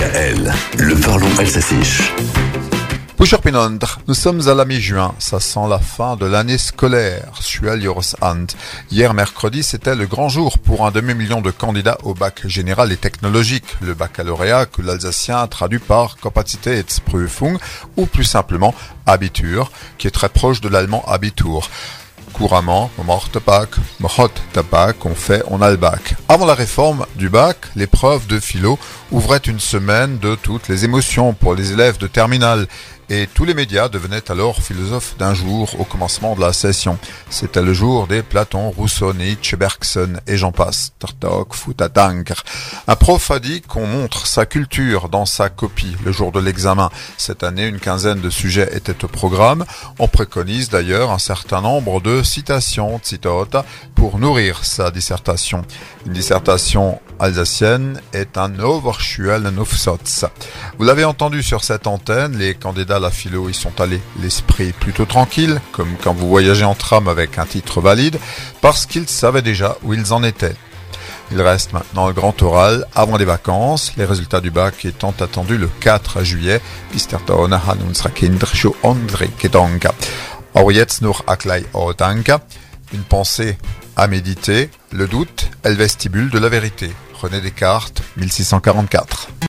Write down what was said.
DKL, le parlons alsacien. Bonjour Pinondre, nous sommes à la mi-juin, ça sent la fin de l'année scolaire. Hier mercredi, c'était le grand jour pour un demi-million de candidats au bac général et technologique, le baccalauréat que l'alsacien traduit par Kapazitätsprüfung ou plus simplement Abitur, qui est très proche de l'allemand Abitur. Couramment, on fait, on a le bac. Avant la réforme du bac, l'épreuve de philo ouvrait une semaine de toutes les émotions pour les élèves de terminale. Et tous les médias devenaient alors philosophes d'un jour au commencement de la session. C'était le jour des Platon, Rousseau, Nietzsche, Bergson et j'en passe. Un prof a dit qu'on montre sa culture dans sa copie le jour de l'examen. Cette année, une quinzaine de sujets étaient au programme. On préconise d'ailleurs un certain nombre de citations, citota, pour nourrir sa dissertation. Une dissertation alsacienne est un overschuellen Aufsatz. Vous l'avez entendu sur cette antenne, les candidats à la philo y sont allés l'esprit plutôt tranquille, comme quand vous voyagez en tram avec un titre valide, parce qu'ils savaient déjà où ils en étaient. Il reste maintenant le grand oral avant les vacances, les résultats du bac étant attendus le 4 juillet. Une pensée à méditer, le doute est le vestibule de la vérité. René Descartes, 1644.